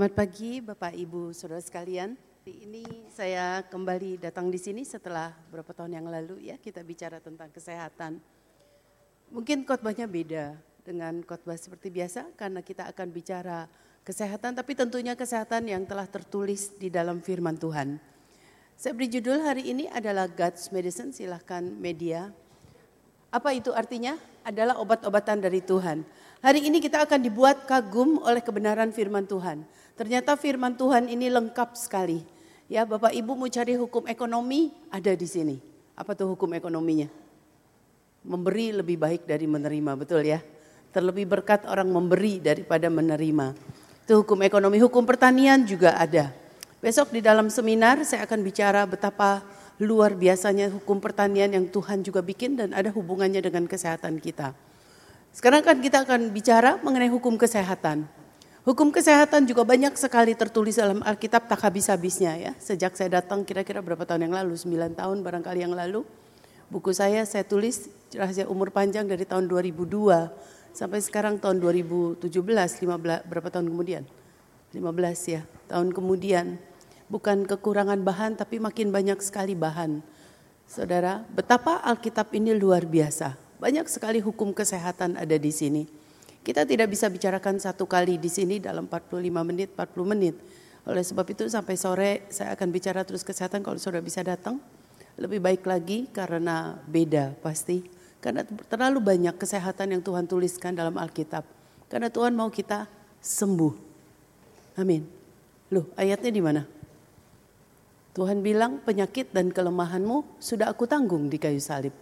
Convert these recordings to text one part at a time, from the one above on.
Selamat pagi Bapak Ibu Saudara sekalian. Hari ini saya kembali datang di sini setelah beberapa tahun yang lalu ya kita bicara tentang kesehatan. Mungkin khotbahnya beda dengan khotbah seperti biasa karena kita akan bicara kesehatan tapi tentunya kesehatan yang telah tertulis di dalam firman Tuhan. Saya beri judul hari ini adalah God's Medicine, silahkan media. Apa itu artinya? Adalah obat-obatan dari Tuhan. Hari ini kita akan dibuat kagum oleh kebenaran firman Tuhan. Ternyata firman Tuhan ini lengkap sekali. Ya, Bapak Ibu mau cari hukum ekonomi, ada di sini. Apa tuh hukum ekonominya? Memberi lebih baik dari menerima, betul ya? Terlebih berkat orang memberi daripada menerima. Itu hukum ekonomi, hukum pertanian juga ada. Besok di dalam seminar saya akan bicara betapa luar biasanya hukum pertanian yang Tuhan juga bikin dan ada hubungannya dengan kesehatan kita. Sekarang kan kita akan bicara mengenai hukum kesehatan. Hukum kesehatan juga banyak sekali tertulis dalam Alkitab tak habis-habisnya ya. Sejak saya datang kira-kira berapa tahun yang lalu, 9 tahun barangkali yang lalu. Buku saya tulis Rahasia Umur Panjang dari tahun 2002 sampai sekarang tahun 2017, 15 berapa tahun kemudian? 15 ya, tahun kemudian. Bukan kekurangan bahan tapi makin banyak sekali bahan. Saudara, betapa Alkitab ini luar biasa. Banyak sekali hukum kesehatan ada di sini. Kita tidak bisa bicarakan satu kali di sini dalam 45 menit, 40 menit. Oleh sebab itu sampai sore saya akan bicara terus kesehatan kalau saudara bisa datang. Lebih baik lagi karena beda pasti. Karena terlalu banyak kesehatan yang Tuhan tuliskan dalam Alkitab. Karena Tuhan mau kita sembuh. Amin. Loh, ayatnya di mana? Tuhan bilang penyakit dan kelemahanmu sudah aku tanggung di kayu salib.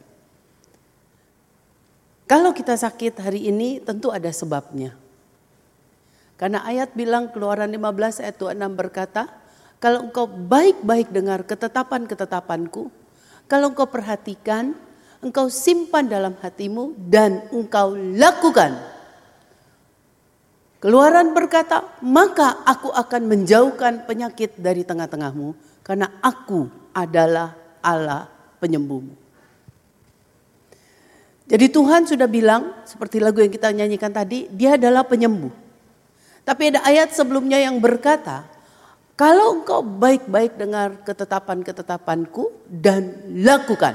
Kalau kita sakit hari ini tentu ada sebabnya. Karena ayat bilang Keluaran 15 ayat 26 berkata, kalau engkau baik-baik dengar ketetapan-ketetapanku, kalau engkau perhatikan, engkau simpan dalam hatimu dan engkau lakukan. Keluaran berkata, maka aku akan menjauhkan penyakit dari tengah-tengahmu, karena aku adalah Allah penyembuhmu. Jadi Tuhan sudah bilang, seperti lagu yang kita nyanyikan tadi, dia adalah penyembuh. Tapi ada ayat sebelumnya yang berkata, kalau engkau baik-baik dengar ketetapan-ketetapanku dan lakukan.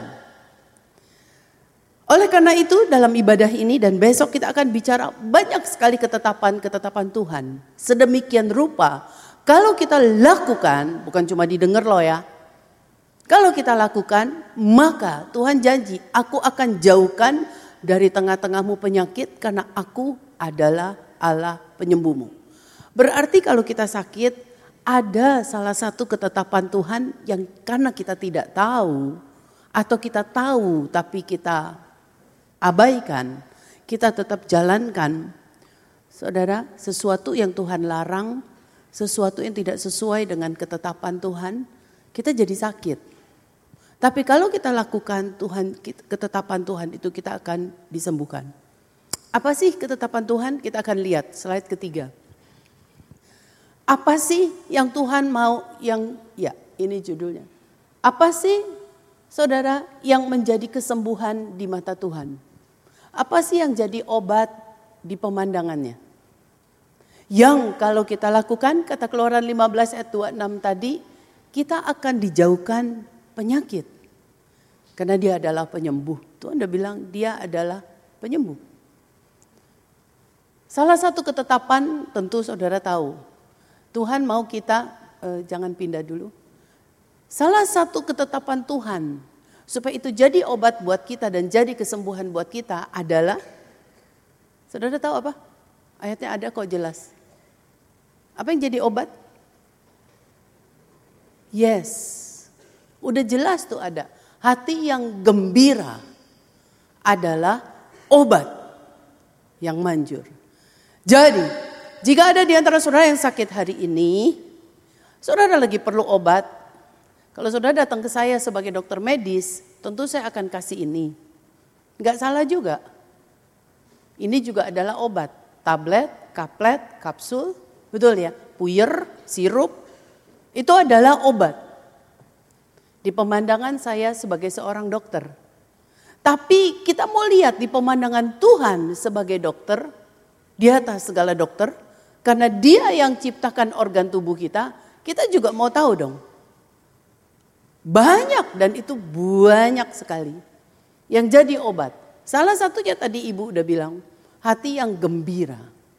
Oleh karena itu dalam ibadah ini dan besok kita akan bicara banyak sekali ketetapan-ketetapan Tuhan. Sedemikian rupa, kalau kita lakukan, bukan cuma didengar loh ya. Kalau kita lakukan, maka Tuhan janji, aku akan jauhkan dari tengah-tengahmu penyakit karena aku adalah Allah penyembuhmu. Berarti kalau kita sakit, ada salah satu ketetapan Tuhan yang karena kita tidak tahu, atau kita tahu tapi kita abaikan, kita tetap jalankan. Saudara, sesuatu yang Tuhan larang, sesuatu yang tidak sesuai dengan ketetapan Tuhan, kita jadi sakit. Tapi kalau kita lakukan ketetapan Tuhan itu kita akan disembuhkan. Apa sih ketetapan Tuhan? Kita akan lihat slide ketiga. Apa sih yang Tuhan mau ini judulnya. Apa sih saudara yang menjadi kesembuhan di mata Tuhan? Apa sih yang jadi obat di pemandangannya? Yang kalau kita lakukan kata Keluaran 15 ayat 26 tadi, kita akan dijauhkan penyakit. Karena dia adalah penyembuh. Tuhan udah bilang dia adalah penyembuh. Salah satu ketetapan tentu saudara tahu. Tuhan mau kita, jangan pindah dulu. Salah satu ketetapan Tuhan supaya itu jadi obat buat kita dan jadi kesembuhan buat kita adalah, saudara tahu apa? Ayatnya ada kok jelas. Apa yang jadi obat? Yes, udah jelas tuh ada. Hati yang gembira adalah obat yang manjur. Jadi, jika ada di antara saudara yang sakit hari ini, saudara lagi perlu obat. Kalau saudara datang ke saya sebagai dokter medis, tentu saya akan kasih ini. Enggak salah juga. Ini juga adalah obat. Tablet, kaplet, kapsul, betul ya? Puyer, sirup, itu adalah obat. Di pemandangan saya sebagai seorang dokter. Tapi kita mau lihat di pemandangan Tuhan sebagai dokter, di atas segala dokter, Karena dia yang ciptakan organ tubuh kita juga mau tahu dong. Banyak dan itu banyak sekali yang jadi obat. Salah satunya tadi Ibu udah bilang, hati yang gembira.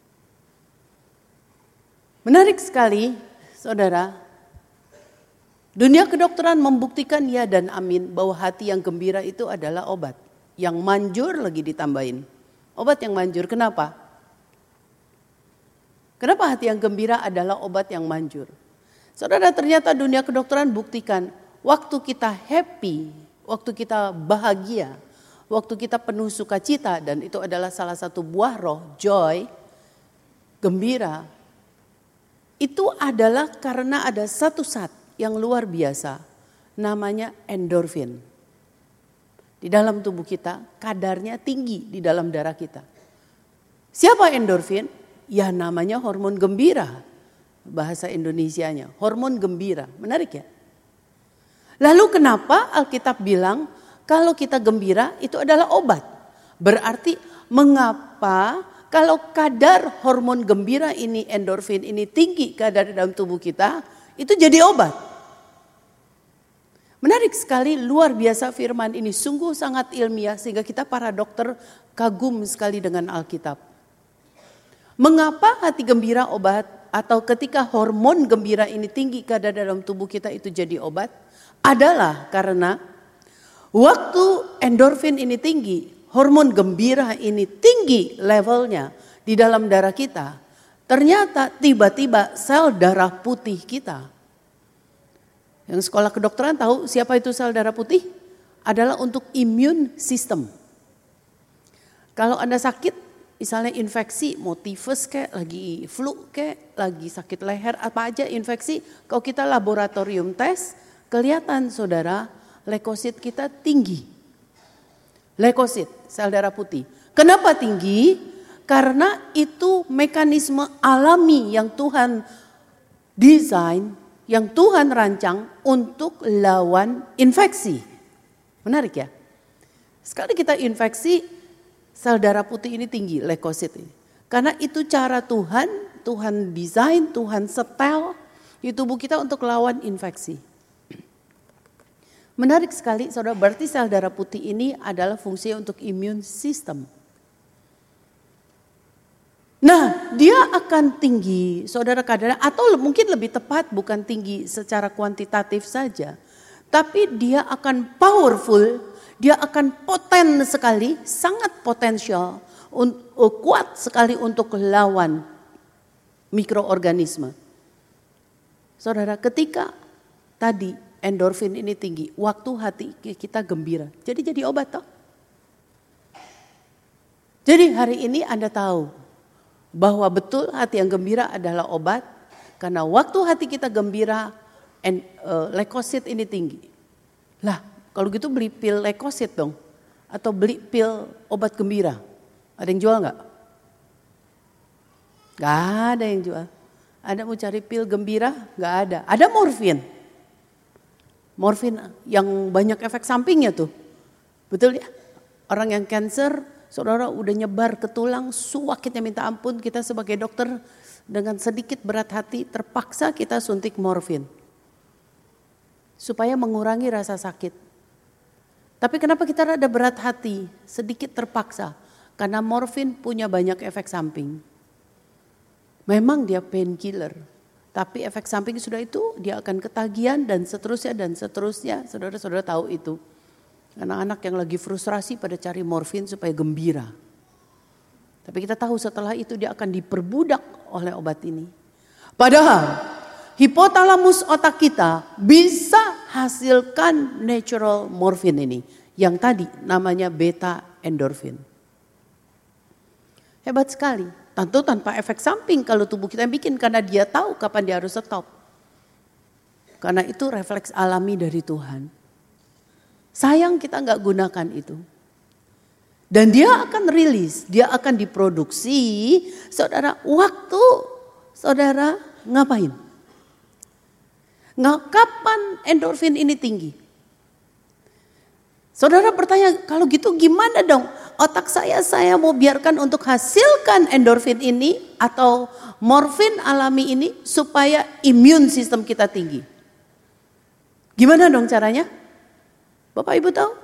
Menarik sekali, saudara. Dunia kedokteran membuktikan ya dan amin bahwa hati yang gembira itu adalah obat. Yang manjur lagi ditambahin. Obat yang manjur, kenapa? Kenapa hati yang gembira adalah obat yang manjur? Saudara, ternyata dunia kedokteran buktikan waktu kita happy, waktu kita bahagia, waktu kita penuh sukacita, dan itu adalah salah satu buah roh, joy, gembira. Itu adalah karena ada satu zat yang luar biasa, namanya endorfin. Di dalam tubuh kita, kadarnya tinggi di dalam darah kita. Siapa endorfin? Ya namanya hormon gembira. Bahasa Indonesianya, hormon gembira. Menarik ya? Lalu kenapa Alkitab bilang kalau kita gembira itu adalah obat? Berarti mengapa kalau kadar hormon gembira ini, endorfin ini tinggi kadar dalam tubuh kita, itu jadi obat? Menarik sekali, luar biasa firman ini, sungguh sangat ilmiah sehingga kita para dokter kagum sekali dengan Alkitab. Mengapa hati gembira obat atau ketika hormon gembira ini tinggi kadar dalam tubuh kita itu jadi obat? Adalah karena waktu endorfin ini tinggi, hormon gembira ini tinggi levelnya di dalam darah kita, ternyata tiba-tiba sel darah putih kita. Yang sekolah kedokteran tahu siapa itu sel darah putih? Adalah untuk immune system. Kalau Anda sakit, misalnya infeksi, mau tifus kayak, lagi flu kayak, lagi sakit leher, apa aja infeksi. Kalau kita laboratorium tes, kelihatan saudara, leukosit kita tinggi. Leukosit, sel darah putih. Kenapa tinggi? Karena itu mekanisme alami yang Tuhan desain, yang Tuhan rancang untuk lawan infeksi. Menarik ya? Sekali kita infeksi, sel darah putih ini tinggi, leukosit ini. Karena itu cara Tuhan desain, Tuhan setel di tubuh kita untuk lawan infeksi. Menarik sekali, saudara, berarti sel darah putih ini adalah fungsinya untuk immune system. Nah, dia akan tinggi, saudara kadarnya, atau mungkin lebih tepat bukan tinggi secara kuantitatif saja. Tapi dia akan powerful, dia akan poten sekali, sangat potensial, kuat sekali untuk lawan mikroorganisme. Saudara, ketika tadi endorfin ini tinggi, waktu hati kita gembira, jadi obat toh. Jadi hari ini Anda tahu bahwa betul hati yang gembira adalah obat, karena waktu hati kita gembira, leukosit ini tinggi. Lah, kalau gitu beli pil leukosit dong, atau beli pil obat gembira. Ada yang jual nggak? Nggak ada yang jual. Anda mau cari pil gembira? Nggak ada. Ada morfin. Morfin yang banyak efek sampingnya tuh. Betul ya? Orang yang cancer, saudara udah nyebar ke tulang, sakitnya minta ampun. Kita sebagai dokter dengan sedikit berat hati terpaksa kita suntik morfin. Supaya mengurangi rasa sakit. Tapi kenapa kita rada berat hati? Sedikit terpaksa. Karena morfin punya banyak efek samping. Memang dia painkiller. Tapi efek samping sudah itu dia akan ketagihan dan seterusnya dan seterusnya. Saudara-saudara tahu itu. Anak-anak yang lagi frustrasi pada cari morfin supaya gembira. Tapi kita tahu setelah itu dia akan diperbudak oleh obat ini. Padahal hipotalamus otak kita bisa hasilkan natural morfin ini. Yang tadi namanya beta endorfin. Hebat sekali. Tentu tanpa efek samping kalau tubuh kita yang bikin. Karena dia tahu kapan dia harus stop. Karena itu refleks alami dari Tuhan. Sayang kita nggak gunakan itu. Dan dia akan rilis, dia akan diproduksi. Saudara, waktu saudara ngapain? Kapan endorfin ini tinggi? Saudara bertanya, kalau gitu gimana dong? otak saya mau biarkan untuk hasilkan endorfin ini atau morfin alami ini supaya imun sistem kita tinggi. Gimana dong caranya? Bapak Ibu tahu?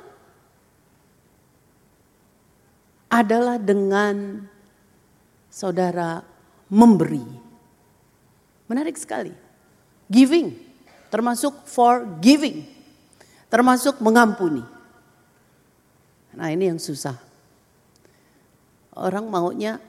Adalah dengan saudara memberi. Menarik sekali. Giving, termasuk forgiving, termasuk mengampuni. Nah ini yang susah. Orang maunya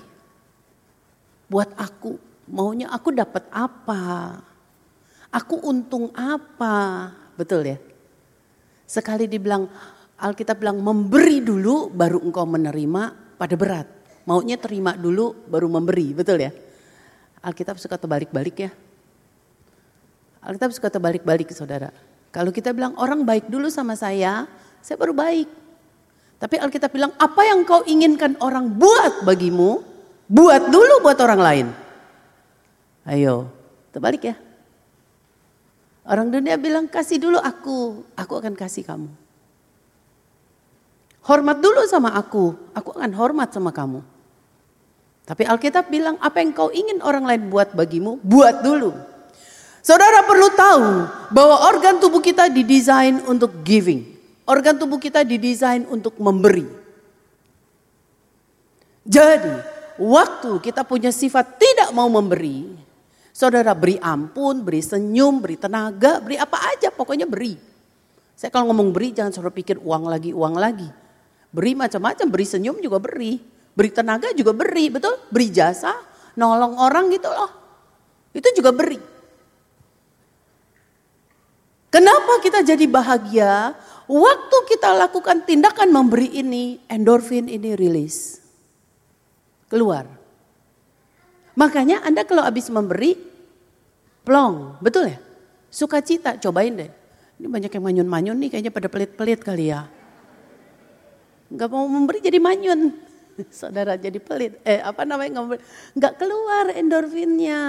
buat aku, maunya aku dapat apa? Aku untung apa? Betul ya? Sekali dibilang, Alkitab bilang memberi dulu baru engkau menerima pada berat. Maunya terima dulu baru memberi, betul ya? Alkitab suka terbalik-balik ya. Alkitab suka terbalik-balik saudara. Kalau kita bilang orang baik dulu sama saya baru baik. Tapi Alkitab bilang apa yang kau inginkan orang buat bagimu, buat dulu buat orang lain. Ayo, terbalik ya. Orang dunia bilang kasih dulu aku akan kasih kamu. Hormat dulu sama aku akan hormat sama kamu. Tapi Alkitab bilang apa yang kau ingin orang lain buat bagimu, buat dulu. Saudara perlu tahu bahwa organ tubuh kita didesain untuk giving. Organ tubuh kita didesain untuk memberi. Jadi waktu kita punya sifat tidak mau memberi, saudara beri ampun, beri senyum, beri tenaga, beri apa aja pokoknya beri. Saya kalau ngomong beri jangan saudara pikir uang lagi. Beri macam-macam, beri senyum juga beri. Beri tenaga juga beri, betul? Beri jasa, nolong orang gitu loh. Itu juga beri. Kenapa kita jadi bahagia? Waktu kita lakukan tindakan memberi ini, endorfin ini rilis. Keluar. Makanya Anda kalau habis memberi, plong, betul ya? Sukacita, cobain deh. Ini banyak yang manyun-manyun nih, kayaknya pada pelit-pelit kali ya. Gak mau memberi jadi manyun. Saudara jadi pelit. Gak keluar endorfinnya.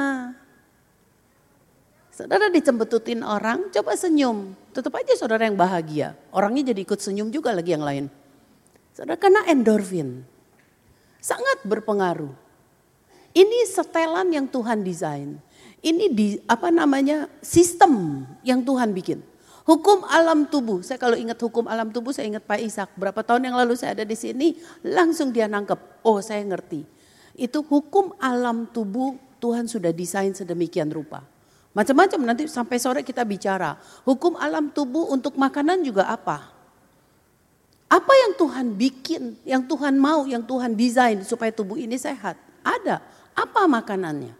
Saudara dicembetutin orang, coba senyum. Tetap aja saudara yang bahagia. Orangnya jadi ikut senyum juga lagi yang lain. Saudara kena endorfin. Sangat berpengaruh. Ini setelan yang Tuhan desain. Ini sistem yang Tuhan bikin. Hukum alam tubuh. Saya kalau ingat hukum alam tubuh saya ingat Pak Ishak. Berapa tahun yang lalu saya ada di sini langsung dia nangkep. Oh saya ngerti. Itu hukum alam tubuh Tuhan sudah desain sedemikian rupa. Macam-macam nanti sampai sore kita bicara. Hukum alam tubuh untuk makanan juga apa? Apa yang Tuhan bikin, yang Tuhan mau, yang Tuhan desain supaya tubuh ini sehat? Ada. Apa makanannya?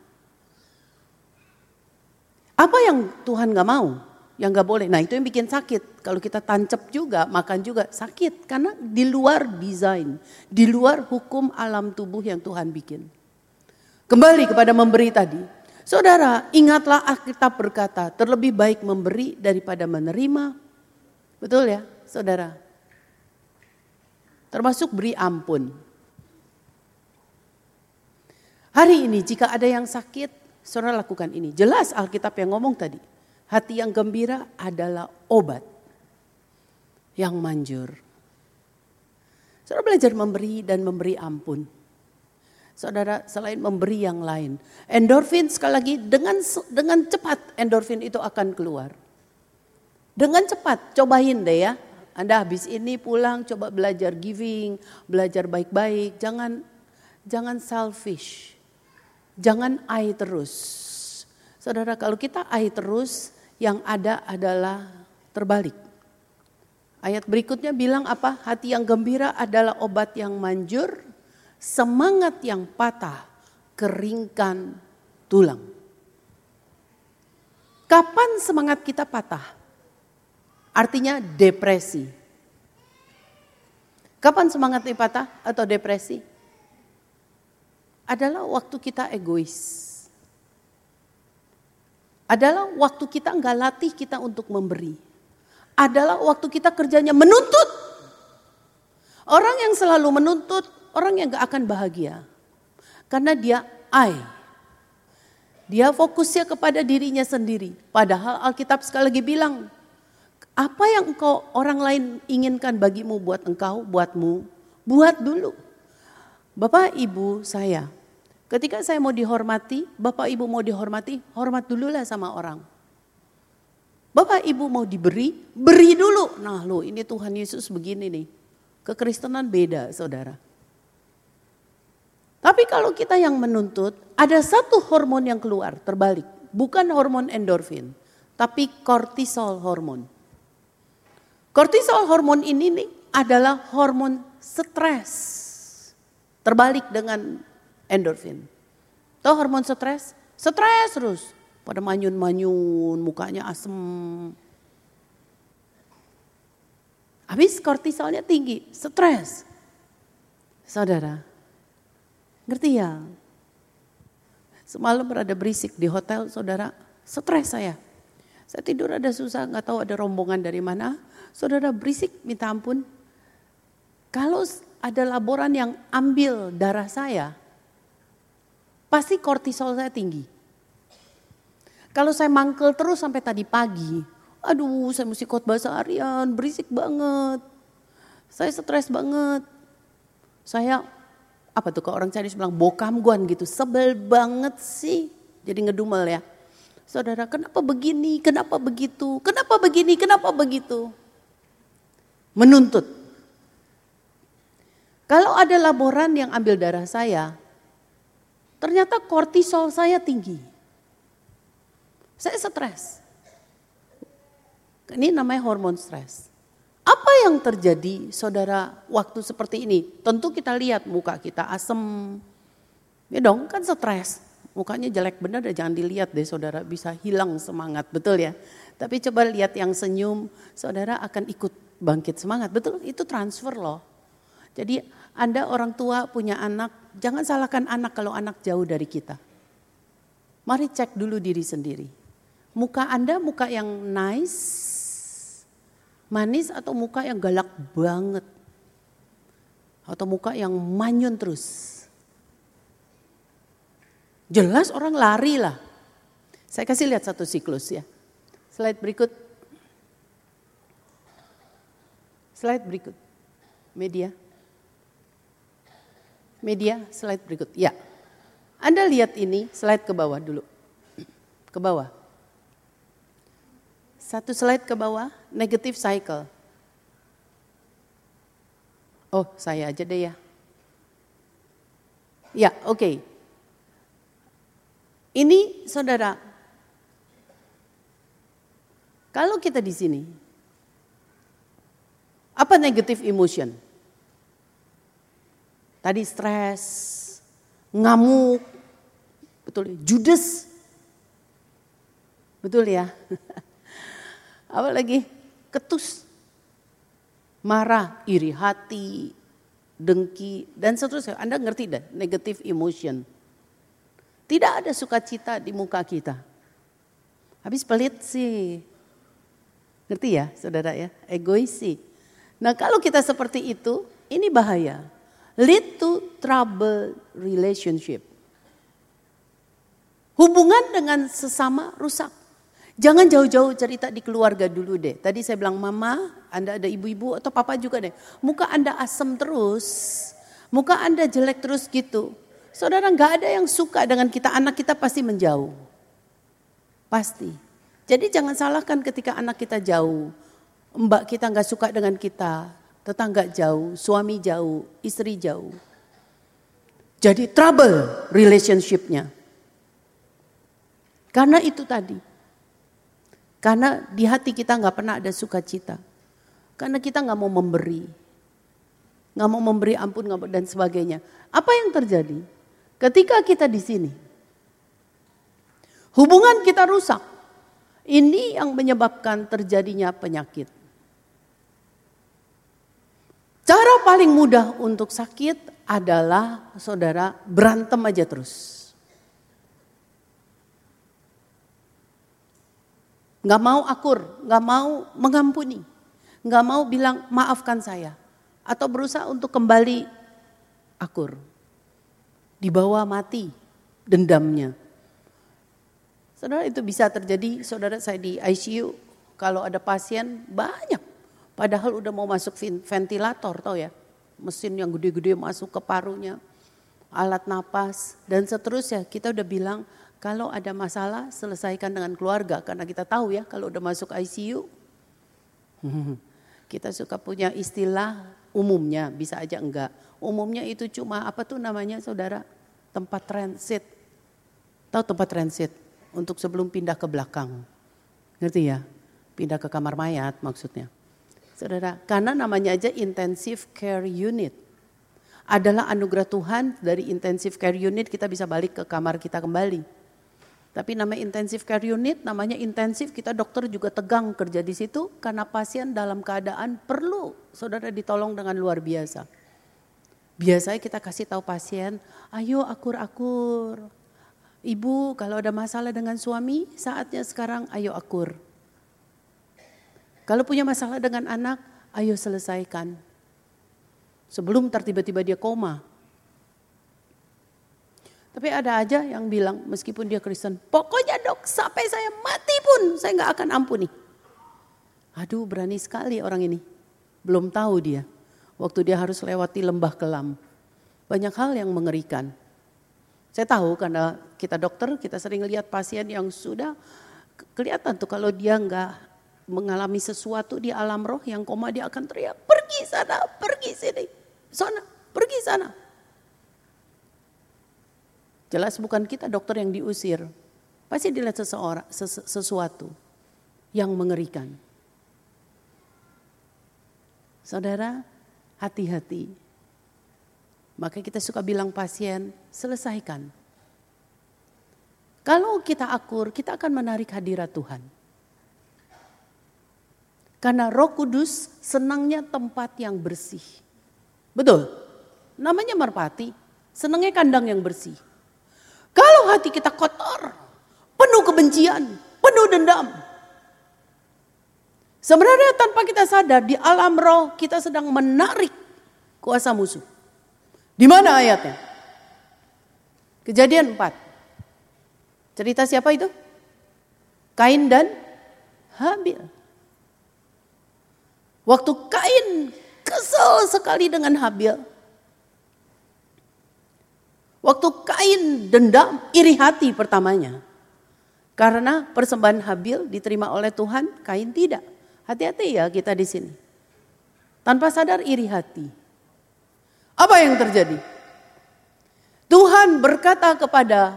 Apa yang Tuhan gak mau, yang gak boleh? Nah itu yang bikin sakit. Kalau kita tancap juga, makan juga sakit. Karena di luar desain, di luar hukum alam tubuh yang Tuhan bikin. Kembali kepada memberi tadi. Saudara, ingatlah Alkitab berkata, terlebih baik memberi daripada menerima. Betul ya, saudara? Termasuk beri ampun. Hari ini jika ada yang sakit, saudara lakukan ini. Jelas Alkitab yang ngomong tadi. Hati yang gembira adalah obat yang manjur. Saudara belajar memberi dan memberi ampun. Saudara selain memberi yang lain. Endorfin sekali lagi dengan cepat endorfin itu akan keluar. Dengan cepat cobain deh ya. Anda habis ini pulang coba belajar giving, belajar baik-baik. Jangan selfish. Jangan I terus. Saudara kalau kita I terus yang ada adalah terbalik. Ayat berikutnya bilang apa? Hati yang gembira adalah obat yang manjur. Semangat yang patah, keringkan tulang. Kapan semangat kita patah? Artinya depresi. Kapan semangat kita patah atau depresi? Adalah waktu kita egois. Adalah waktu kita enggak latih kita untuk memberi. Adalah waktu kita kerjanya menuntut. Orang yang selalu menuntut, orang yang gak akan bahagia. Karena dia Dia fokusnya kepada dirinya sendiri. Padahal Alkitab sekali lagi bilang, apa yang orang lain inginkan bagimu buat engkau, buatmu, Buat dulu. Bapak ibu saya, ketika saya mau dihormati, bapak ibu mau dihormati, hormat dululah sama orang. Bapak ibu mau diberi, beri dulu. Nah loh, ini Tuhan Yesus begini nih. Kekristenan beda saudara. Tapi kalau kita yang menuntut, ada satu hormon yang keluar terbalik. Bukan hormon endorfin, tapi kortisol hormon. Kortisol hormon ini nih adalah hormon stres. Terbalik dengan endorfin. Tahu hormon stres? Stres terus. Pada manyun-manyun, mukanya asem. Habis kortisolnya tinggi, stres. Saudara, ngerti ya? Semalam berada berisik di hotel, saudara, stres saya. Saya tidur ada susah, gak tahu ada rombongan dari mana. Saudara berisik, minta ampun. Kalau ada laboran yang ambil darah saya, pasti kortisol saya tinggi. Kalau saya mangkel terus sampai tadi pagi, aduh saya mesti khotbah seharian, berisik banget. Saya stres banget. Saya, apa tuh kalau orang Chinese bilang bokamguan gitu, sebel banget sih. Jadi ngedumel ya. Saudara, kenapa begini, kenapa begitu, kenapa begini, kenapa begitu. Menuntut. Kalau ada laboran yang ambil darah saya, ternyata kortisol saya tinggi. Saya stres. Ini namanya hormon stres. Apa yang terjadi saudara waktu seperti ini? Tentu kita lihat muka kita asem. Ya dong kan stres. Mukanya jelek benar jangan dilihat deh saudara, bisa hilang semangat, betul ya. Tapi coba lihat yang senyum, saudara akan ikut bangkit semangat, betul? Itu transfer loh. Jadi Anda orang tua punya anak, jangan salahkan anak kalau anak jauh dari kita. Mari cek dulu diri sendiri. Muka Anda muka yang nice, manis atau muka yang galak banget? Atau muka yang manyun terus? Jelas orang lari lah. Saya kasih lihat satu siklus ya. Slide berikut. Slide berikut. Media. Media, slide berikut. Ya. Anda lihat ini, slide ke bawah dulu. Ke bawah. Satu slide ke bawah, negative cycle. Oh, saya aja deh ya. Ya, oke. Ini saudara, kalau kita di sini, apa negative emotion? Tadi stres, ngamuk, betul, judes, betul ya. Apa lagi? Ketus, marah, iri hati, dengki, dan seterusnya. Anda ngerti deh, negative emotion. Tidak ada sukacita di muka kita. Habis pelit sih. Ngerti ya saudara ya? Egois sih. Nah kalau kita seperti itu, ini bahaya. Lead to trouble relationship. Hubungan dengan sesama rusak. Jangan jauh-jauh cerita di keluarga dulu deh. Tadi saya bilang mama, Anda ada ibu-ibu atau papa juga deh. Muka Anda asem terus, muka Anda jelek terus gitu. Saudara gak ada yang suka dengan kita, anak kita pasti menjauh. Pasti. Jadi jangan salahkan ketika anak kita jauh. Mbak kita gak suka dengan kita, tetangga jauh, suami jauh, istri jauh. Jadi trouble relationship-nya. Karena itu tadi. Karena di hati kita gak pernah ada sukacita. Karena kita gak mau memberi. Gak mau memberi ampun dan sebagainya. Apa yang terjadi? Ketika kita di sini. Hubungan kita rusak. Ini yang menyebabkan terjadinya penyakit. Cara paling mudah untuk sakit adalah saudara berantem aja terus. Gak mau akur, gak mau mengampuni, gak mau bilang maafkan saya. Atau berusaha untuk kembali akur. Dibawa mati dendamnya. Saudara itu bisa terjadi, saudara saya di ICU, kalau ada pasien banyak. Padahal udah mau masuk ventilator tau ya. mesin yang gede-gede masuk ke parunya, alat napas, dan seterusnya. Kita udah bilang kalau ada masalah selesaikan dengan keluarga. Karena kita tahu ya kalau udah masuk ICU, kita suka punya istilah umumnya, bisa aja enggak. Umumnya itu cuma apa tuh namanya saudara? Tempat transit. Tahu tempat transit? Untuk sebelum pindah ke belakang. Ngerti ya? Pindah ke kamar mayat maksudnya. Saudara, karena namanya aja intensive care unit. Adalah anugerah Tuhan dari intensive care unit kita bisa balik ke kamar kita kembali. Tapi nama intensive care unit, namanya intensif, kita dokter juga tegang kerja di situ karena pasien dalam keadaan perlu saudara ditolong dengan luar biasa. Biasanya kita kasih tahu pasien, ayo akur-akur. Ibu kalau ada masalah dengan suami, saatnya sekarang ayo akur. Kalau punya masalah dengan anak, ayo selesaikan. Sebelum tiba-tiba dia koma. Tapi ada aja yang bilang meskipun dia Kristen, pokoknya dok sampai saya mati pun saya gak akan ampuni. Aduh berani sekali orang ini. Belum tahu dia. Waktu dia harus lewati lembah kelam. Banyak hal yang mengerikan. Saya tahu karena kita dokter, kita sering lihat pasien yang sudah kelihatan tuh kalau dia gak mengalami sesuatu di alam roh yang koma dia akan teriak, pergi sana, pergi sini, sana, pergi sana. Jelas bukan kita dokter yang diusir. Pasti dilihat sesuatu yang mengerikan. Saudara, hati-hati. Maka kita suka bilang pasien, selesaikan. Kalau kita akur, kita akan menarik hadirat Tuhan. Karena Roh Kudus senangnya tempat yang bersih. Betul? Namanya merpati, senangnya kandang yang bersih. Kalau hati kita kotor, penuh kebencian, penuh dendam. Sebenarnya tanpa kita sadar di alam roh kita sedang menarik kuasa musuh. Di mana ayatnya? Kejadian 4. Cerita siapa itu? Kain dan Habil. Waktu Kain kesel sekali dengan Habil. Waktu Kain dendam, iri hati pertamanya. Karena persembahan Habil diterima oleh Tuhan, Kain tidak. Hati-hati ya kita di sini. Tanpa sadar iri hati. Apa yang terjadi? Tuhan berkata kepada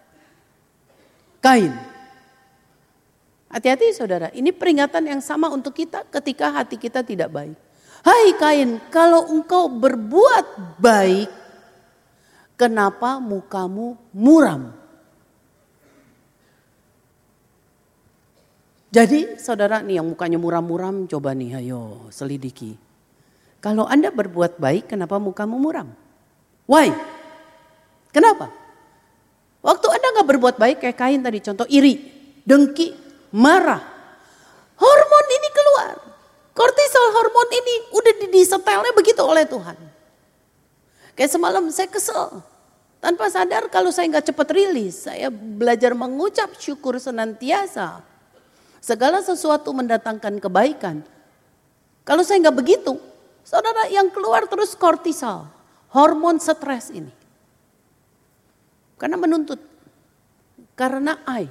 Kain. Hati-hati saudara, ini peringatan yang sama untuk kita ketika hati kita tidak baik. Hai Kain, kalau engkau berbuat baik, kenapa mukamu muram? Jadi saudara nih yang mukanya muram-muram, coba nih ayo selidiki. Kalau Anda berbuat baik, kenapa mukamu muram? Why? Kenapa? Waktu Anda gak berbuat baik kayak Kain tadi, contoh iri, dengki, marah. Hormon ini keluar. Kortisol hormon ini udah disetelnya begitu oleh Tuhan. Kayak semalam saya kesel. Tanpa sadar kalau saya gak cepat rilis, saya belajar mengucap syukur senantiasa. Segala sesuatu mendatangkan kebaikan. Kalau saya gak begitu, saudara yang keluar terus kortisol. Hormon stres ini. Karena menuntut. Karena I.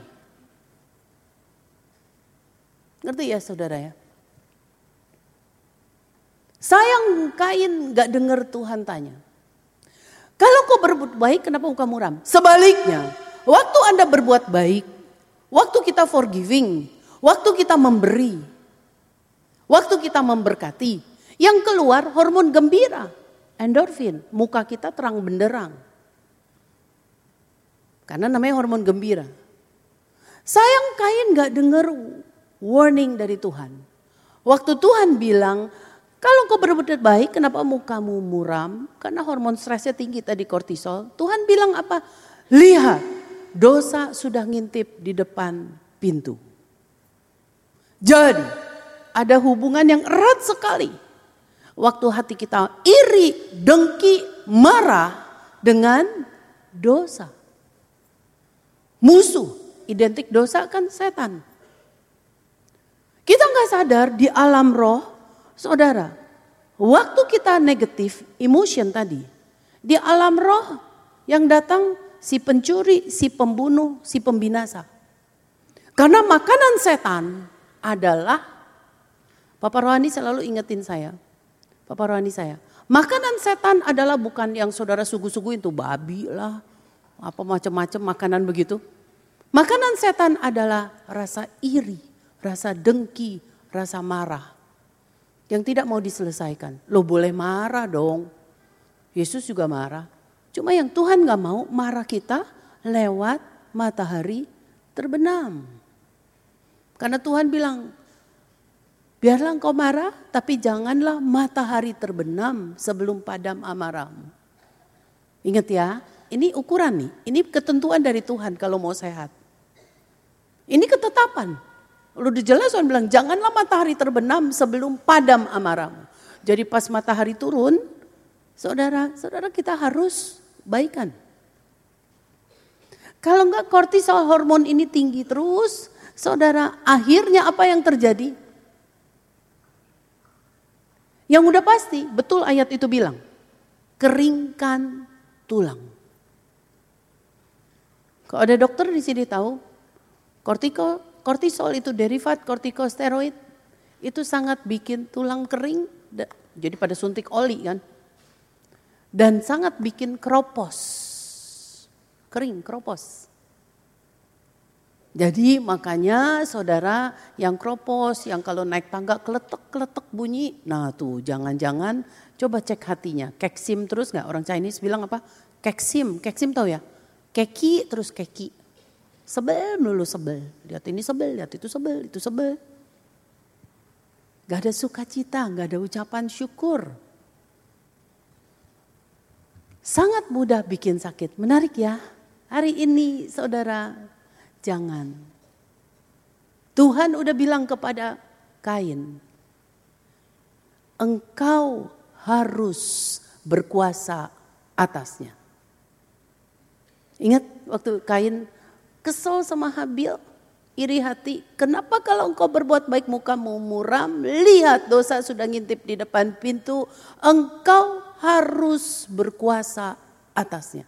Ngerti ya saudara ya? Sayang Kain gak dengar Tuhan tanya. Kalau kau berbuat baik kenapa muka muram? Sebaliknya, waktu Anda berbuat baik, waktu kita forgiving, waktu kita memberi, waktu kita memberkati, yang keluar hormon gembira, endorfin, muka kita terang benderang. Karena namanya hormon gembira. Sayang Kain gak dengar warning dari Tuhan. Waktu Tuhan bilang, kalau kau berbuat baik kenapa mukamu muram? Karena hormon stresnya tinggi tadi kortisol. Tuhan bilang apa? Lihat, dosa sudah ngintip di depan pintu. Jadi ada hubungan yang erat sekali. Waktu hati kita iri, dengki, marah dengan dosa. Musuh, identik dosa kan setan. Kita gak sadar di alam roh, saudara. Waktu kita negatif, emotion tadi, di alam roh yang datang si pencuri, si pembunuh, si pembinasa. Karena makanan setan adalah, Papa Rohani selalu ingetin saya, Papa Rohani saya, makanan setan adalah bukan yang saudara sugu-suguin tuh babi lah, apa macam-macam makanan begitu. Makanan setan adalah rasa iri, rasa dengki, rasa marah. Yang tidak mau diselesaikan. Lo boleh marah dong. Yesus juga marah. Cuma yang Tuhan gak mau marah kita lewat matahari terbenam. Karena Tuhan bilang, biarlah engkau marah tapi janganlah matahari terbenam sebelum padam amarahmu. Ingat ya, ini ukuran nih. Ini ketentuan dari Tuhan kalau mau sehat. Ini ketetapan. Lalu dijelas Tuhan bilang, janganlah matahari terbenam sebelum padam amarahmu. Jadi pas matahari turun, saudara kita harus baikan. Kalau enggak kortisol hormon ini tinggi terus, saudara akhirnya apa yang terjadi? Yang udah pasti, betul ayat itu bilang, keringkan tulang. Kalau ada dokter di sini tahu, kortisol itu derivat kortikosteroid, itu sangat bikin tulang kering, jadi pada suntik oli kan. Dan sangat bikin kropos, kering kropos. Jadi makanya saudara yang kropos, yang kalau naik tangga keletek-keletek bunyi, nah tuh jangan-jangan coba cek hatinya, keksim terus gak? Orang Chinese bilang apa? Keksim tahu ya? Keki terus keki. Sebel melulu sebel, lihat ini sebel, lihat itu sebel, itu sebel. Gak ada sukacita, gak ada ucapan syukur. Sangat mudah bikin sakit, menarik ya. Hari ini saudara, jangan. Tuhan udah bilang kepada Kain, engkau harus berkuasa atasnya. Ingat waktu Kain kesel sama Habil, iri hati. Kenapa kalau engkau berbuat baik mukamu muram, lihat dosa sudah ngintip di depan pintu, engkau harus berkuasa atasnya.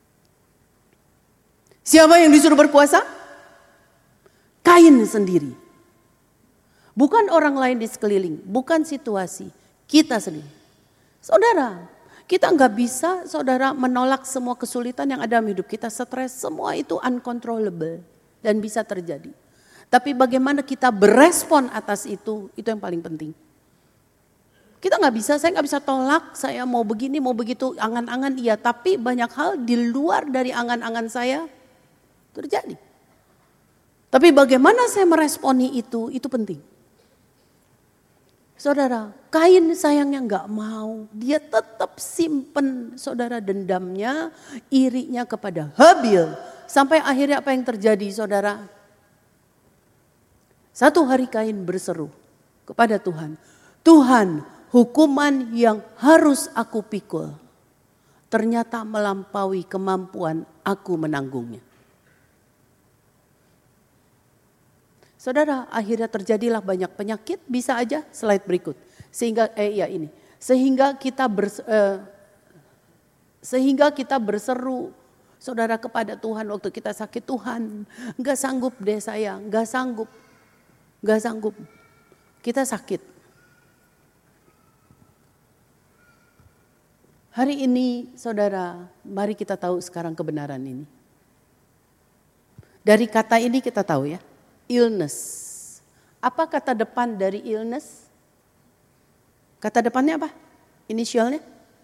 Siapa yang disuruh berkuasa? Kain sendiri. Bukan orang lain di sekeliling, bukan situasi, kita sendiri. Saudara, kita nggak bisa saudara menolak semua kesulitan yang ada dalam hidup kita, stres, semua itu uncontrollable dan bisa terjadi. Tapi bagaimana kita berespon atas itu yang paling penting. Kita nggak bisa, saya nggak bisa tolak, saya mau begini, mau begitu, angan-angan iya. Tapi banyak hal di luar dari angan-angan saya terjadi. Tapi bagaimana saya meresponi itu penting. Saudara, Kain sayangnya nggak mau, dia tetap simpen saudara dendamnya, irinya kepada Habil. Sampai akhirnya apa yang terjadi saudara? Satu hari Kain berseru kepada Tuhan, Tuhan, hukuman yang harus aku pikul ternyata melampaui kemampuan aku menanggungnya. Saudara, akhirnya terjadilah banyak penyakit, bisa aja slide berikut. Sehingga kita berseru saudara kepada Tuhan waktu kita sakit, Tuhan, enggak sanggup deh saya, enggak sanggup. Kita sakit. Hari ini saudara, mari kita tahu sekarang kebenaran ini. Dari kata ini kita tahu ya. Illness. Apa kata depan dari illness? Kata depannya apa? Inisialnya?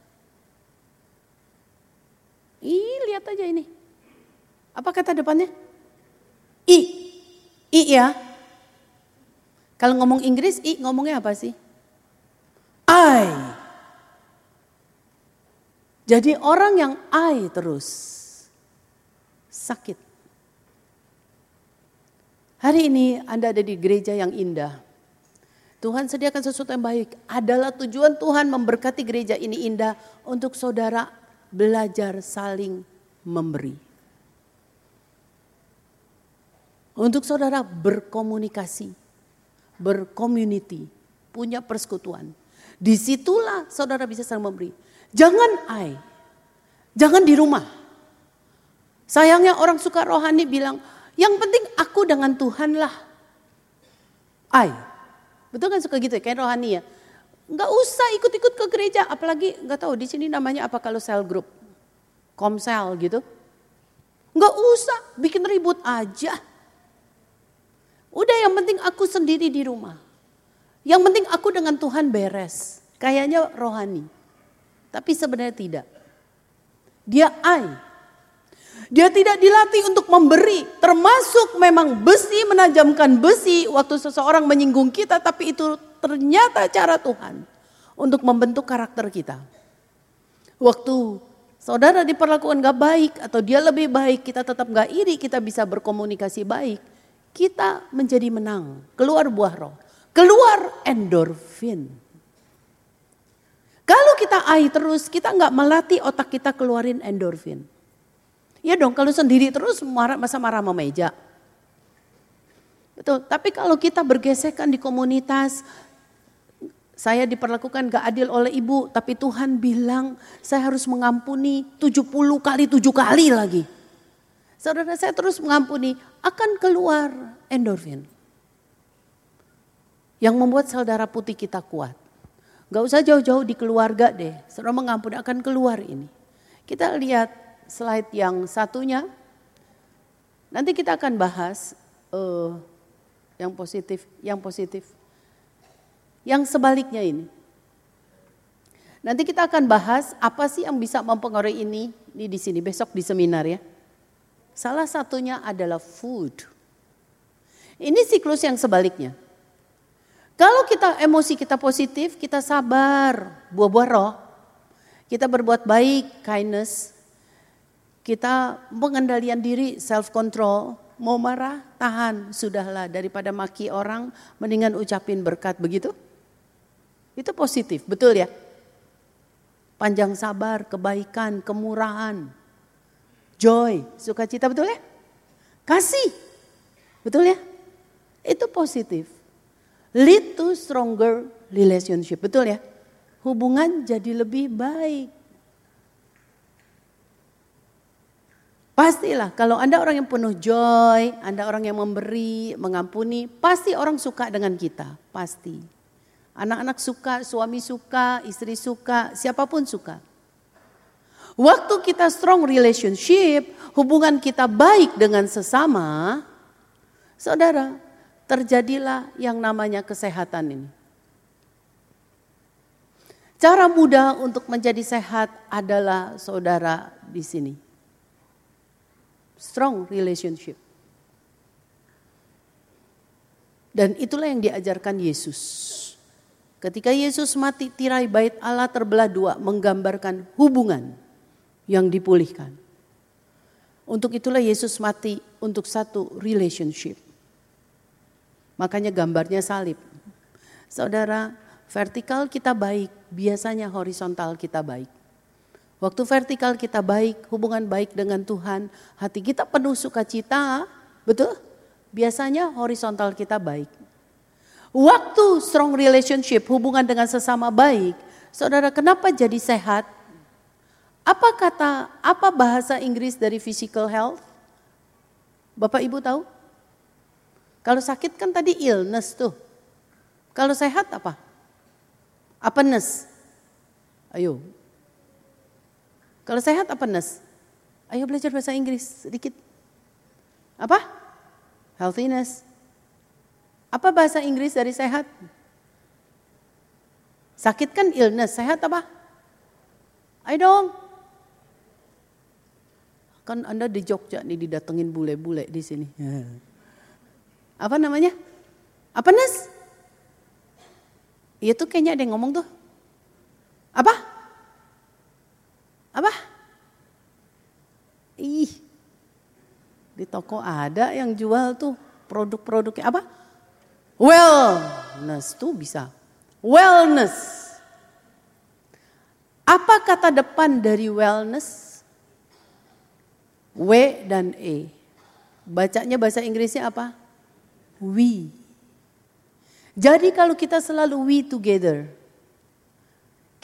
Lihat aja ini. Apa kata depannya? I ya. Kalau ngomong Inggris, ngomongnya apa sih? I. Jadi orang yang I terus sakit. Hari ini Anda ada di gereja yang indah. Tuhan sediakan sesuatu yang baik. Adalah tujuan Tuhan memberkati gereja ini indah untuk saudara belajar saling memberi. Untuk saudara berkomunikasi, bercommunity, punya persekutuan. Disitulah saudara bisa saling memberi. Jangan jangan di rumah. Sayangnya orang suka rohani bilang, yang penting aku dengan Tuhan lah. Betul kan suka gitu ya, kayak rohani ya. Nggak usah ikut-ikut ke gereja, apalagi nggak tahu di sini namanya apa kalau cell group, komsel gitu. Nggak usah bikin ribut aja. Udah yang penting aku sendiri di rumah. Yang penting aku dengan Tuhan beres. Kayaknya rohani. Tapi sebenarnya tidak. Dia Dia tidak dilatih untuk memberi. Termasuk memang besi, menajamkan besi waktu seseorang menyinggung kita. Tapi itu ternyata cara Tuhan untuk membentuk karakter kita. Waktu saudara diperlakukan gak baik atau dia lebih baik, kita tetap gak iri, kita bisa berkomunikasi baik. Kita menjadi menang, keluar buah roh, keluar endorfin. Kalau kita terus, kita gak melatih otak kita keluarin endorfin. Ya dong, kalau sendiri terus masa marah sama meja. Betul, tapi kalau kita bergesekan di komunitas, saya diperlakukan gak adil oleh ibu, tapi Tuhan bilang saya harus mengampuni 70 kali 7 kali lagi. Saudara, saya terus mengampuni, akan keluar endorfin. Yang membuat saudara putih kita kuat. Gak usah jauh-jauh di keluarga deh, saudara mengampuni akan keluar ini. Kita lihat slide yang satunya, nanti kita akan bahas yang positif. Yang sebaliknya ini. Nanti kita akan bahas apa sih yang bisa mempengaruhi ini di sini besok di seminar ya. Salah satunya adalah food. Ini siklus yang sebaliknya. Kalau kita emosi kita positif, kita sabar, buah-buah roh. Kita berbuat baik, kindness. Kita pengendalian diri, self control. Mau marah, tahan, sudahlah daripada maki orang, mendingan ucapin berkat, begitu? Itu positif, betul ya? Panjang sabar, kebaikan, kemurahan, joy, sukacita, betul ya? Kasih, betul ya? Itu positif. Lead to stronger relationship, betul ya? Hubungan jadi lebih baik. Pastilah kalau Anda orang yang penuh joy, Anda orang yang memberi, mengampuni, pasti orang suka dengan kita, pasti. Anak-anak suka, suami suka, istri suka, siapapun suka. Waktu kita strong relationship, hubungan kita baik dengan sesama, saudara, terjadilah yang namanya kesehatan ini. Cara mudah untuk menjadi sehat adalah saudara di sini. Strong relationship. Dan itulah yang diajarkan Yesus. Ketika Yesus mati, tirai bait Allah terbelah dua, menggambarkan hubungan yang dipulihkan. Untuk itulah Yesus mati untuk satu relationship. Makanya gambarnya salib. Saudara, vertikal kita baik, biasanya horizontal kita baik. Waktu vertikal kita baik, hubungan baik dengan Tuhan, hati kita penuh sukacita, betul? Biasanya horizontal kita baik. Waktu strong relationship, hubungan dengan sesama baik, saudara kenapa jadi sehat? Apa bahasa Inggris dari physical health? Bapak Ibu tahu? Kalau sakit kan tadi illness tuh. Kalau sehat apa? Appearance. Ayo. Kalau sehat appearance. Ayo belajar bahasa Inggris sedikit. Apa? Healthiness. Apa bahasa Inggris dari sehat? Sakit kan illness, sehat apa? Ayo dong. Kan Anda di Jogja nih didatengin bule-bule di sini. Apa namanya? Appearance? Iya tuh kayaknya ada yang ngomong tuh. Apa? Di toko ada yang jual tuh produk-produknya apa? Wellness tuh bisa. Wellness. Apa kata depan dari wellness? W dan E. Bacanya bahasa Inggrisnya apa? We. Jadi kalau kita selalu we together.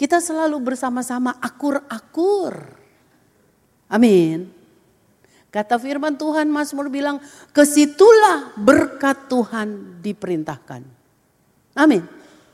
Kita selalu bersama-sama akur-akur. Amin. Kata firman Tuhan, Mazmur bilang, kesitulah berkat Tuhan diperintahkan. Amin.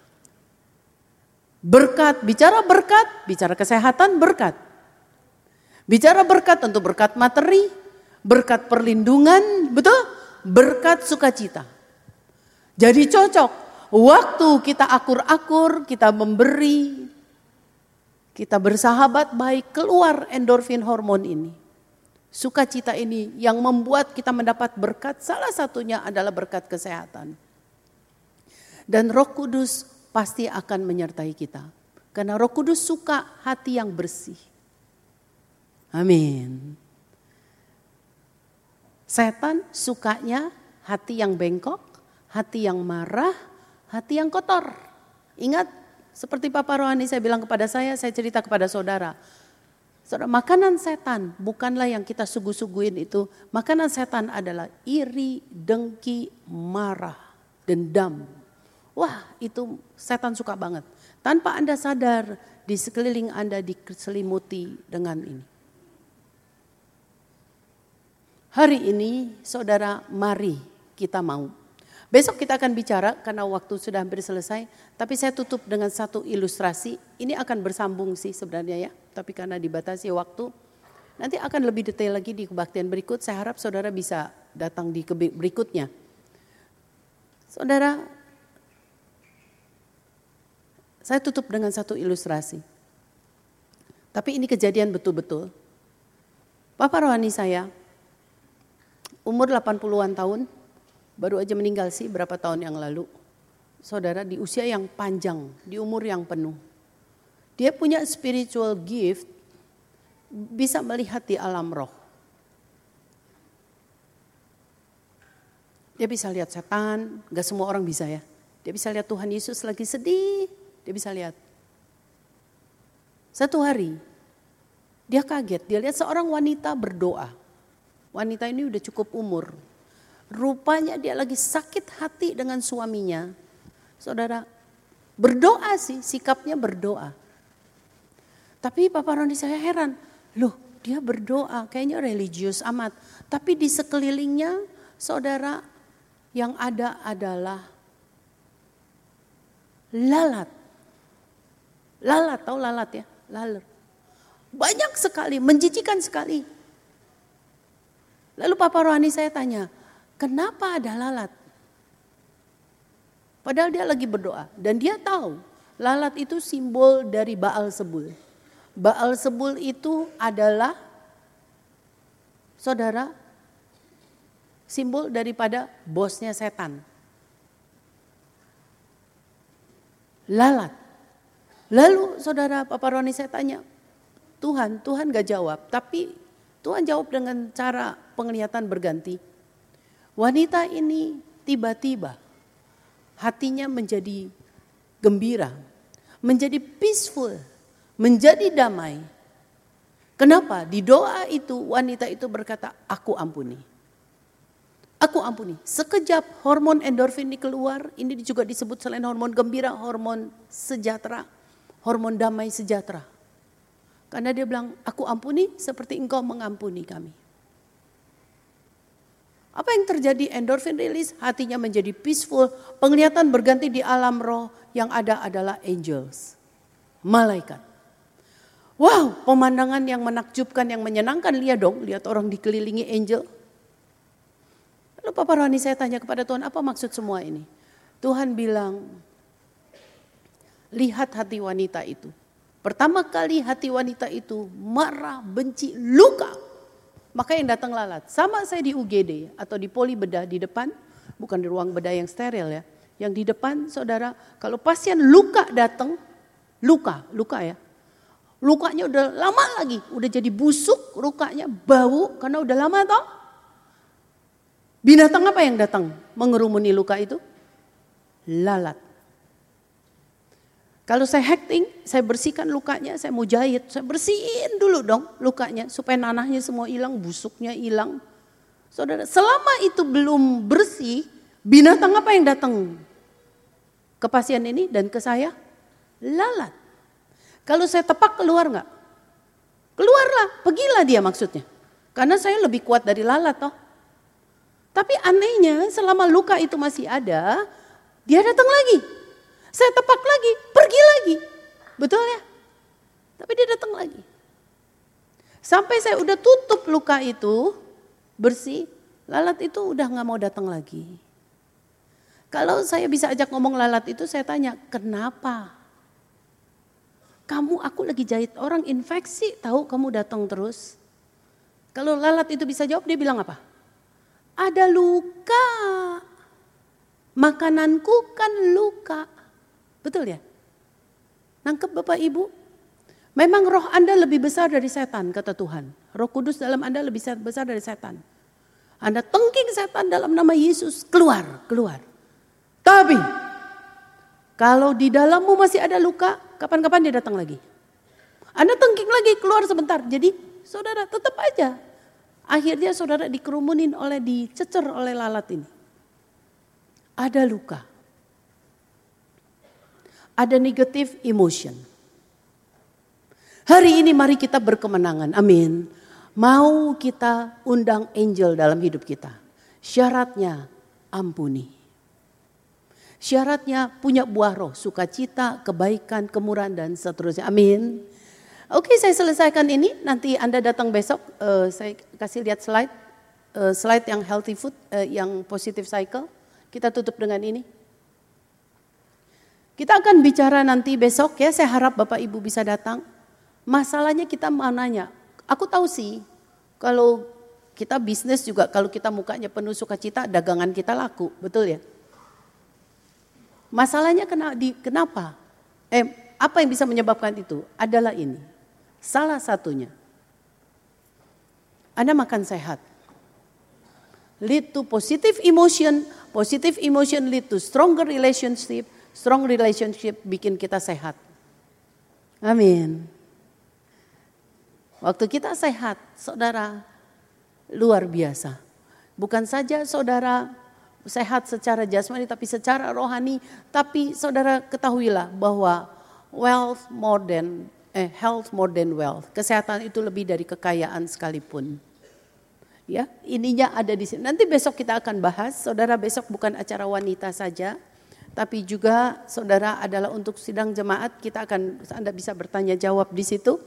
Berkat, bicara kesehatan, berkat. Bicara berkat, tentu berkat materi, berkat perlindungan, betul? Berkat sukacita. Jadi cocok, waktu kita akur-akur, kita memberi, kita bersahabat baik, keluar endorfin hormon ini. Sukacita ini yang membuat kita mendapat berkat, salah satunya adalah berkat kesehatan. Dan Roh Kudus pasti akan menyertai kita. Karena Roh Kudus suka hati yang bersih. Amin. Setan sukanya hati yang bengkok, hati yang marah, hati yang kotor. Ingat, seperti Papa Rohani saya bilang kepada saya cerita kepada saudara. Saudara, makanan setan bukanlah yang kita suguh-suguhin itu. Makanan setan adalah iri, dengki, marah, dendam. Wah, itu setan suka banget. Tanpa Anda sadar, di sekeliling Anda diselimuti dengan ini. Hari ini, saudara, mari kita mau. Besok kita akan bicara karena waktu sudah hampir selesai. Tapi saya tutup dengan satu ilustrasi. Ini akan bersambung sih sebenarnya ya. Tapi karena dibatasi waktu. Nanti akan lebih detail lagi di kebaktian berikut. Saya harap saudara bisa datang di berikutnya. Saudara, saya tutup dengan satu ilustrasi. Tapi ini kejadian betul-betul. Papa rohani saya, umur 80-an tahun. Baru aja meninggal sih berapa tahun yang lalu. Saudara, di usia yang panjang, di umur yang penuh. Dia punya spiritual gift, bisa melihat di alam roh. Dia bisa lihat setan, gak semua orang bisa ya. Dia bisa lihat Tuhan Yesus lagi sedih, dia bisa lihat. Satu hari, dia kaget, dia lihat seorang wanita berdoa. Wanita ini udah cukup umur. Rupanya dia lagi sakit hati dengan suaminya. Saudara, berdoa sih, sikapnya berdoa. Tapi Papa Roni saya heran, loh dia berdoa kayaknya religius amat. Tapi di sekelilingnya saudara yang ada adalah lalat. Lalat, tahu lalat ya? Lalat. Banyak sekali, menjijikan sekali. Lalu Papa Rohani saya tanya, kenapa ada lalat? Padahal dia lagi berdoa dan dia tahu lalat itu simbol dari Baal Zebul. Baal Zebul itu adalah saudara simbol daripada bosnya setan. Lalat. Lalu saudara Papa Roni saya tanya, Tuhan gak jawab, tapi Tuhan jawab dengan cara penglihatan berganti. Wanita ini tiba-tiba hatinya menjadi gembira, menjadi peaceful, menjadi damai. Kenapa? Di doa itu wanita itu berkata, aku ampuni. Aku ampuni. Sekejap hormon endorfin ini keluar, ini juga disebut selain hormon gembira, hormon sejahtera, hormon damai sejahtera. Karena dia bilang, aku ampuni seperti engkau mengampuni kami. Apa yang terjadi? Endorfin rilis, hatinya menjadi peaceful, penglihatan berganti di alam roh, yang ada adalah angels, malaikat. Wow, pemandangan yang menakjubkan, yang menyenangkan, lihat dong, lihat orang dikelilingi angel. Lalu Papa Rohani saya tanya kepada Tuhan, apa maksud semua ini? Tuhan bilang, lihat hati wanita itu. Pertama kali hati wanita itu marah, benci, luka. Maka yang datang lalat. Sama saya di UGD atau di poli bedah di depan, bukan di ruang bedah yang steril ya. Yang di depan saudara, kalau pasien luka datang, luka ya. Lukanya udah lama lagi, udah jadi busuk, lukanya bau karena udah lama toh. Binatang apa yang datang mengerumuni luka itu? Lalat. Kalau saya hacking, saya bersihkan lukanya, saya mau jahit, saya bersihin dulu dong lukanya supaya nanahnya semua hilang, busuknya hilang. Saudara, selama itu belum bersih, binatang apa yang datang ke pasien ini dan ke saya? Lalat. Kalau saya tepak keluar nggak? Keluarlah, pergilah dia maksudnya. Karena saya lebih kuat dari lalat toh. Tapi anehnya selama luka itu masih ada, dia datang lagi. Saya tepak lagi, pergi lagi. Betul ya? Tapi dia datang lagi. Sampai saya udah tutup luka itu, bersih, lalat itu udah gak mau datang lagi. Kalau saya bisa ajak ngomong lalat itu, saya tanya, kenapa? Aku lagi jahit orang infeksi, tahu kamu datang terus. Kalau lalat itu bisa jawab, dia bilang apa? Ada luka. Makananku kan luka. Betul ya? Nangkep Bapak Ibu? Memang roh Anda lebih besar dari setan, kata Tuhan. Roh Kudus dalam Anda lebih besar dari setan. Anda tengking setan dalam nama Yesus, keluar. Tapi kalau di dalammu masih ada luka, kapan-kapan dia datang lagi. Anda tengking lagi, keluar sebentar. Jadi saudara tetap aja. Akhirnya saudara dicecer oleh lalat ini. Ada luka. Ada negative emotion. Hari ini mari kita berkemenangan, amin. Mau kita undang angel dalam hidup kita. Syaratnya ampuni. Syaratnya punya buah roh, sukacita, kebaikan, kemurahan dan seterusnya, amin. Oke, saya selesaikan ini, nanti Anda datang besok, saya kasih lihat slide yang healthy food, yang positive cycle. Kita tutup dengan ini. Kita akan bicara nanti besok ya, saya harap Bapak Ibu bisa datang. Masalahnya kita mau nanya, aku tahu sih kalau kita bisnis juga kalau kita mukanya penuh sukacita dagangan kita laku, betul ya? Masalahnya kenapa? Apa yang bisa menyebabkan itu? Adalah ini, salah satunya. Anda makan sehat, lead to positive emotion lead to stronger relationship bikin kita sehat. Amin. Waktu kita sehat, saudara, luar biasa. Bukan saja saudara sehat secara jasmani, tapi secara rohani. Tapi saudara ketahuilah bahwa health more than wealth. Kesehatan itu lebih dari kekayaan sekalipun. Ya, ininya ada di sini. Nanti besok kita akan bahas. Saudara, besok bukan acara wanita saja, tapi juga saudara adalah untuk sidang jemaat. Anda bisa bertanya jawab di situ.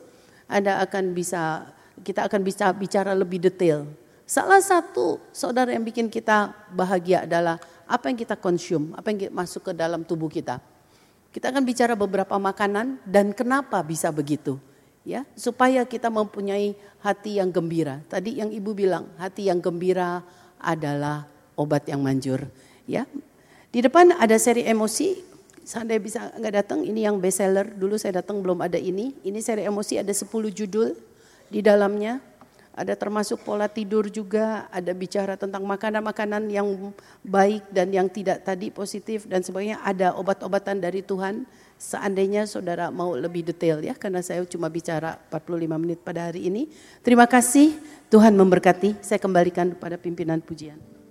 Kita akan bisa bicara lebih detail. Salah satu saudara yang bikin kita bahagia adalah apa yang kita consume, apa yang masuk ke dalam tubuh kita. Kita akan bicara beberapa makanan dan kenapa bisa begitu. Ya, supaya kita mempunyai hati yang gembira. Tadi yang Ibu bilang, hati yang gembira adalah obat yang manjur. Ya, di depan ada seri emosi. Seandainya bisa nggak datang, ini yang best seller. Dulu saya datang belum ada ini. Ini seri emosi ada 10 judul di dalamnya. Ada termasuk pola tidur juga, ada bicara tentang makanan-makanan yang baik dan yang tidak tadi positif dan sebagainya. Ada obat-obatan dari Tuhan. Seandainya saudara mau lebih detail ya, karena saya cuma bicara 45 menit pada hari ini. Terima kasih, Tuhan memberkati. Saya kembalikan kepada pimpinan pujian.